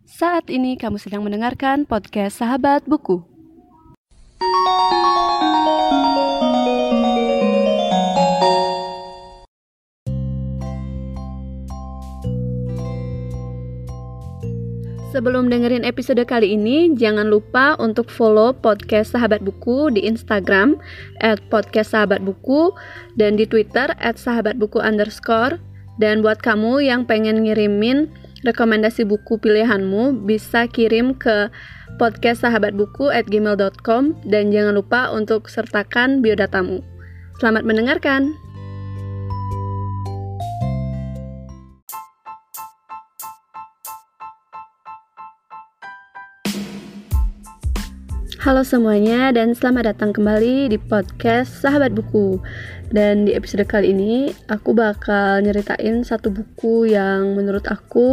Saat ini kamu sedang mendengarkan podcast Sahabat Buku. Sebelum dengerin episode kali ini, jangan lupa untuk follow podcast Sahabat Buku di Instagram @podcastsahabatbuku dan di Twitter @sahabatbuku_. Dan buat kamu yang pengen ngirimin rekomendasi buku pilihanmu, bisa kirim ke podcastsahabatbuku@gmail.com dan jangan lupa untuk sertakan biodatamu. Selamat mendengarkan. Halo semuanya dan selamat datang kembali di podcast Sahabat Buku. Dan di episode kali ini aku bakal nyeritain satu buku yang menurut aku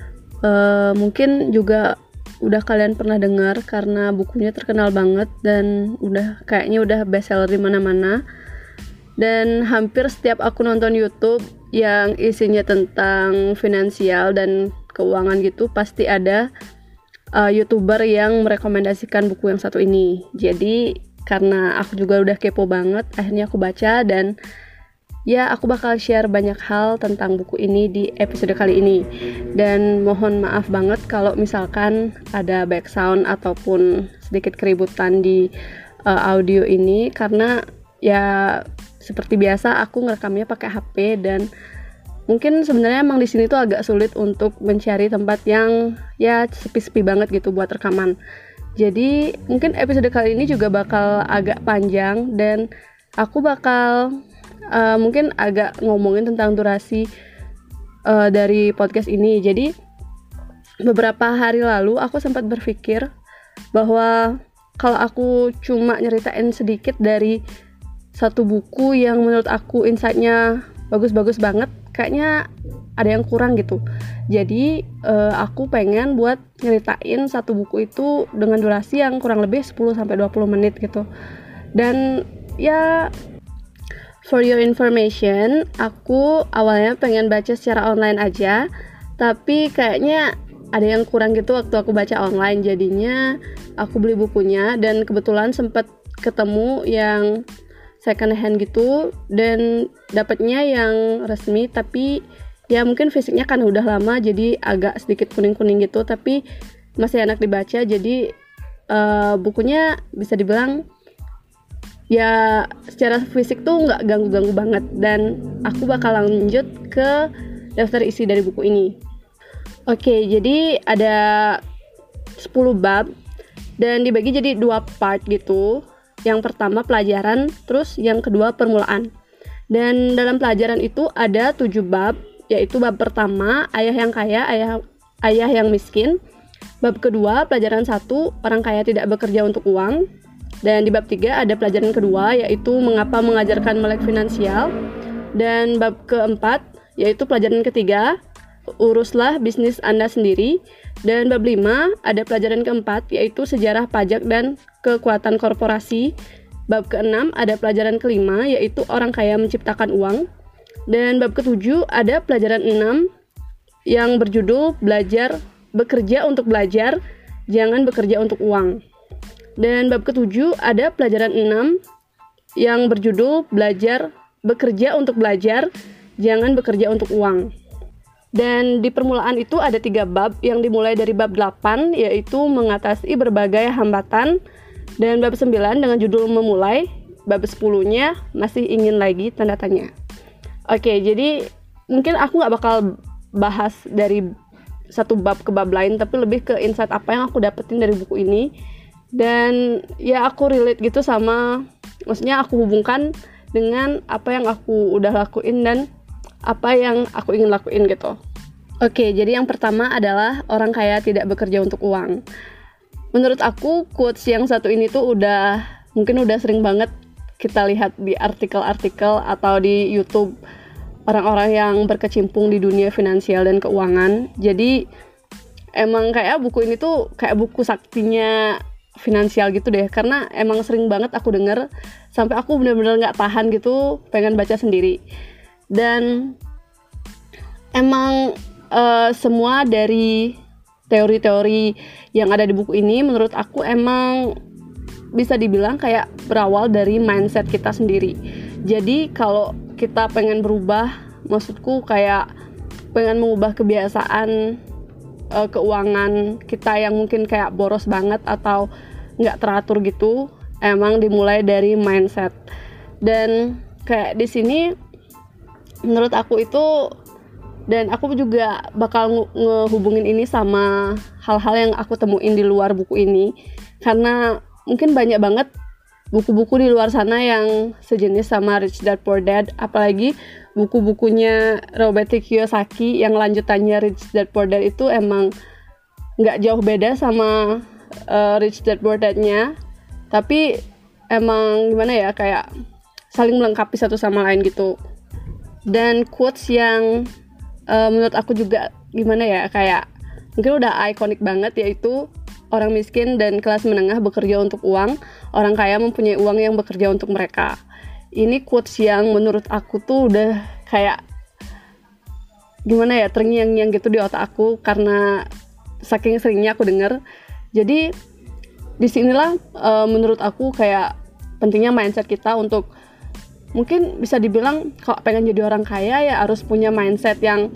mungkin juga udah kalian pernah dengar karena bukunya terkenal banget dan kayaknya udah bestseller di mana-mana. Dan hampir setiap aku nonton YouTube yang isinya tentang finansial dan keuangan gitu, pasti ada YouTuber yang merekomendasikan buku yang satu ini. Jadi karena aku juga udah kepo banget, akhirnya aku baca dan ya aku bakal share banyak hal tentang buku ini di episode kali ini. Dan mohon maaf banget kalau misalkan ada background ataupun sedikit keributan di audio ini, karena ya seperti biasa aku ngerekamnya pakai HP dan mungkin sebenarnya emang di sini tuh agak sulit untuk mencari tempat yang ya sepi-sepi banget gitu buat rekaman. Jadi mungkin episode kali ini juga bakal agak panjang dan aku bakal mungkin agak ngomongin tentang durasi dari podcast ini. Jadi beberapa hari lalu aku sempat berpikir bahwa kalau aku cuma nyeritain sedikit dari satu buku yang menurut aku insight-nya bagus-bagus banget, kayaknya ada yang kurang gitu. Jadi aku pengen buat nyeritain satu buku itu dengan durasi yang kurang lebih 10-20 menit gitu. Dan ya for your information, aku awalnya pengen baca secara online aja, tapi kayaknya ada yang kurang gitu waktu aku baca online. Jadinya aku beli bukunya dan kebetulan sempat ketemu yang second hand gitu dan dapatnya yang resmi, tapi ya mungkin fisiknya kan udah lama jadi agak sedikit kuning-kuning gitu, tapi masih enak dibaca. Jadi bukunya bisa dibilang ya secara fisik tuh nggak ganggu-ganggu banget, dan aku bakal lanjut ke daftar isi dari buku ini. Oke, jadi ada 10 bab dan dibagi jadi 2 part gitu. Yang pertama pelajaran, terus yang kedua permulaan. Dan dalam pelajaran itu ada 7 bab, yaitu bab pertama, ayah yang kaya, ayah yang miskin. Bab kedua, pelajaran 1, orang kaya tidak bekerja untuk uang. Dan di bab 3 ada pelajaran kedua, yaitu mengapa mengajarkan melek finansial. Dan bab keempat, yaitu pelajaran ketiga, uruslah bisnis Anda sendiri. Dan bab 5 ada pelajaran keempat, yaitu sejarah pajak dan kekuatan korporasi. Bab ke-6 ada pelajaran kelima, yaitu orang kaya menciptakan uang. Dan bab ke-7 ada pelajaran 6 yang berjudul bekerja untuk belajar, jangan bekerja untuk uang. Dan bab ke-7 ada pelajaran 6 yang berjudul bekerja untuk belajar, jangan bekerja untuk uang. Dan di permulaan itu ada 3 bab yang dimulai dari bab 8, yaitu mengatasi berbagai hambatan. Dan bab 9 dengan judul memulai. Bab 10-nya masih ingin lagi tanda tanya. Oke, jadi mungkin aku gak bakal bahas dari satu bab ke bab lain, tapi lebih ke insight apa yang aku dapetin dari buku ini. Dan ya aku relate gitu sama, maksudnya aku hubungkan dengan apa yang aku udah lakuin dan apa yang aku ingin lakuin gitu. Oke, jadi yang pertama adalah orang kaya tidak bekerja untuk uang. Menurut aku quotes yang satu ini tuh mungkin udah sering banget kita lihat di artikel-artikel atau di YouTube orang-orang yang berkecimpung di dunia finansial dan keuangan. Jadi emang kayak buku ini tuh kayak buku saktinya finansial gitu deh, karena emang sering banget aku denger sampai aku bener-bener gak tahan gitu pengen baca sendiri. Dan emang semua dari teori-teori yang ada di buku ini menurut aku emang bisa dibilang kayak berawal dari mindset kita sendiri. Jadi kalau kita pengen berubah, maksudku kayak pengen mengubah kebiasaan keuangan kita yang mungkin kayak boros banget atau nggak teratur gitu, emang dimulai dari mindset. Dan kayak di sini menurut aku itu, dan aku juga bakal ngehubungin ini sama hal-hal yang aku temuin di luar buku ini, karena mungkin banyak banget buku-buku di luar sana yang sejenis sama Rich Dad Poor Dad, apalagi buku-bukunya Robert T. Kiyosaki yang lanjutannya Rich Dad Poor Dad itu emang nggak jauh beda sama Rich Dad Poor Dad-nya, tapi emang gimana ya, kayak saling melengkapi satu sama lain gitu. Dan quotes yang menurut aku juga gimana ya, kayak mungkin udah ikonik banget, yaitu orang miskin dan kelas menengah bekerja untuk uang, orang kaya mempunyai uang yang bekerja untuk mereka. Ini quotes yang menurut aku tuh udah kayak gimana ya, terngiang-ngiang gitu di otak aku karena saking seringnya aku denger. Jadi disinilah menurut aku kayak pentingnya mindset kita untuk, mungkin bisa dibilang kalau pengen jadi orang kaya ya harus punya mindset yang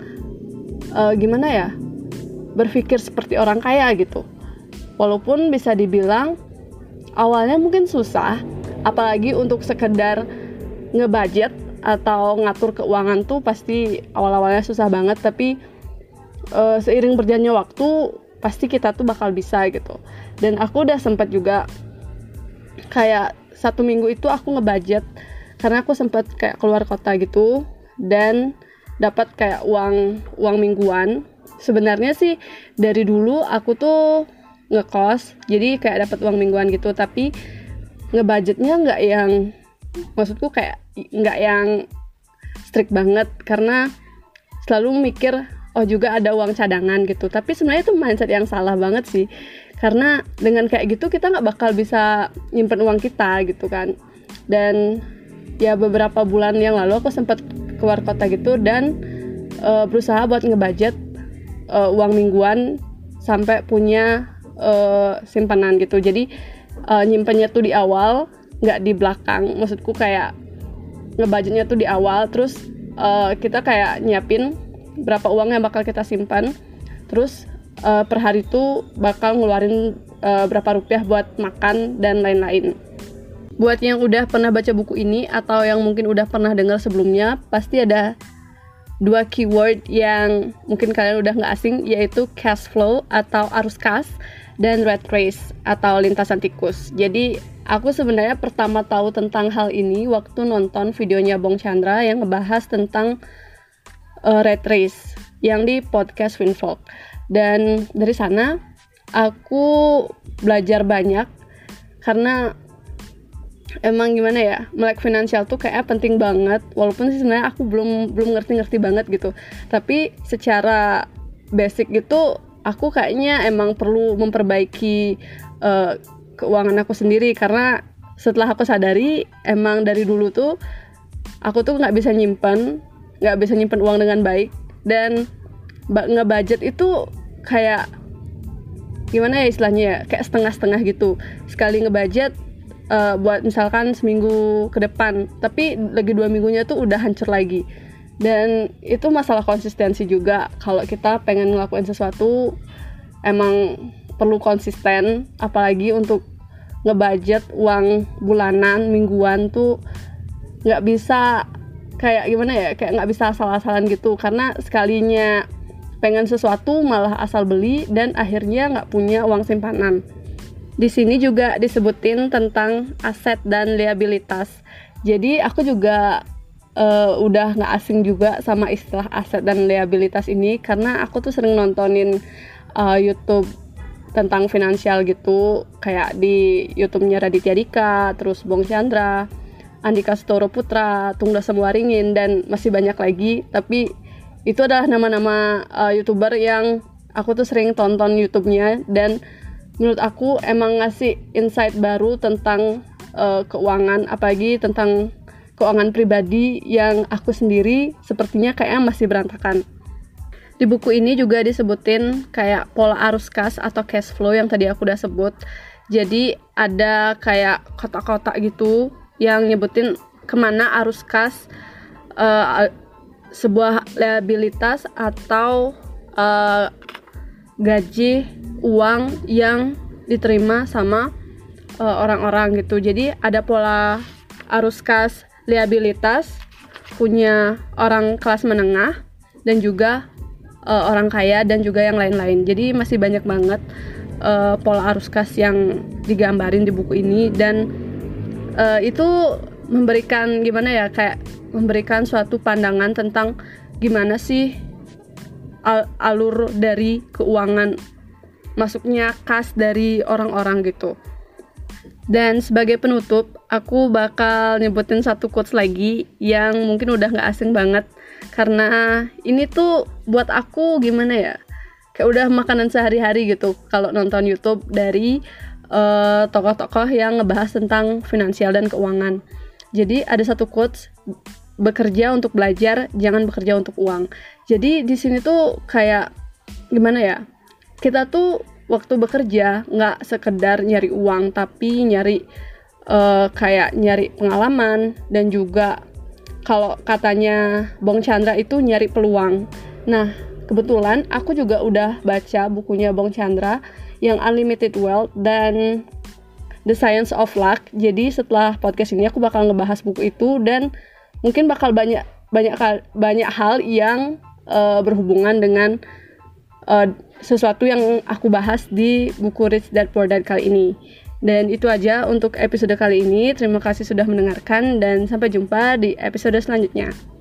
gimana ya, berpikir seperti orang kaya gitu. Walaupun bisa dibilang awalnya mungkin susah, apalagi untuk sekedar ngebudget atau ngatur keuangan tuh pasti awal-awalnya susah banget, tapi seiring berjalannya waktu pasti kita tuh bakal bisa gitu. Dan aku udah sempat juga kayak 1 minggu itu aku ngebudget, karena aku sempat kayak keluar kota gitu dan dapat kayak uang mingguan. Sebenarnya sih dari dulu aku tuh ngekos, jadi kayak dapat uang mingguan gitu, tapi ngebudgetnya nggak yang, maksudku kayak nggak yang strict banget, karena selalu mikir oh juga ada uang cadangan gitu. Tapi sebenarnya itu mindset yang salah banget sih, karena dengan kayak gitu kita nggak bakal bisa nyimpen uang kita gitu kan. Dan ya beberapa bulan yang lalu aku sempat keluar kota gitu dan berusaha buat ngebudget uang mingguan sampai punya simpanan gitu. Jadi nyimpennya tuh di awal, nggak di belakang. Maksudku kayak ngebudgetnya tuh di awal, terus kita kayak nyiapin berapa uang yang bakal kita simpan, terus per hari tuh bakal ngeluarin berapa rupiah buat makan dan lain-lain. Buat yang udah pernah baca buku ini atau yang mungkin udah pernah dengar sebelumnya, pasti ada 2 keyword yang mungkin kalian udah nggak asing, yaitu cash flow atau arus kas, dan rat race atau lintasan tikus. Jadi aku sebenarnya pertama tahu tentang hal ini waktu nonton videonya Bong Chandra yang ngebahas tentang rat race yang di podcast Winfolk. Dan dari sana aku belajar banyak, karena emang gimana ya, melek finansial tuh kayak penting banget, walaupun sih sebenarnya aku belum ngerti banget gitu, tapi secara basic gitu aku kayaknya emang perlu memperbaiki keuangan aku sendiri, karena setelah aku sadari emang dari dulu tuh aku tuh nggak bisa nyimpen uang dengan baik, dan ngebudget itu kayak gimana ya istilahnya ya, kayak setengah-setengah gitu. Sekali ngebudget buat misalkan seminggu ke depan, tapi lagi 2 minggunya tuh udah hancur lagi. Dan itu masalah konsistensi juga. Kalau kita pengen ngelakuin sesuatu emang perlu konsisten, apalagi untuk ngebudget uang bulanan, mingguan tuh nggak bisa kayak gimana ya, kayak nggak bisa asal-asalan gitu, karena sekalinya pengen sesuatu malah asal beli dan akhirnya nggak punya uang simpanan. Di sini juga disebutin tentang aset dan liabilitas. Jadi aku juga udah nggak asing juga sama istilah aset dan liabilitas ini, karena aku tuh sering nontonin YouTube tentang finansial gitu, kayak di YouTube-nya Raditya Dika, terus Bong Chandra, Andika Sutoro Putra, Tunggal Semuaringin, dan masih banyak lagi. Tapi itu adalah nama-nama YouTuber yang aku tuh sering tonton YouTube-nya, dan menurut aku emang ngasih insight baru tentang keuangan, apalagi tentang keuangan pribadi yang aku sendiri sepertinya kayaknya masih berantakan. Di buku ini juga disebutin kayak pola arus kas atau cash flow yang tadi aku udah sebut. Jadi ada kayak kotak-kotak gitu yang nyebutin kemana arus kas sebuah liabilitas atau gaji uang yang diterima sama orang-orang gitu. Jadi ada pola arus kas liabilitas punya orang kelas menengah dan juga orang kaya dan juga yang lain-lain. Jadi masih banyak banget pola arus kas yang digambarin di buku ini, dan itu memberikan kayak memberikan suatu pandangan tentang gimana sih alur dari keuangan masuknya kas dari orang-orang gitu. Dan sebagai penutup, aku bakal nyebutin satu quotes lagi yang mungkin udah gak asing banget, karena ini tuh buat aku kayak udah makanan sehari-hari gitu kalau nonton YouTube dari tokoh-tokoh yang ngebahas tentang finansial dan keuangan. Jadi ada satu quotes, bekerja untuk belajar, jangan bekerja untuk uang. Jadi di sini tuh kayak kita tuh waktu bekerja nggak sekedar nyari uang, tapi nyari nyari pengalaman, dan juga kalau katanya Bong Chandra itu nyari peluang. Nah, kebetulan aku juga udah baca bukunya Bong Chandra yang Unlimited Wealth dan The Science of Luck. Jadi setelah podcast ini aku bakal ngebahas buku itu, dan mungkin bakal banyak hal yang berhubungan dengan sesuatu yang aku bahas di buku Rich Dad Poor Dad kali ini. Dan itu aja untuk episode kali ini. Terima kasih sudah mendengarkan dan sampai jumpa di episode selanjutnya.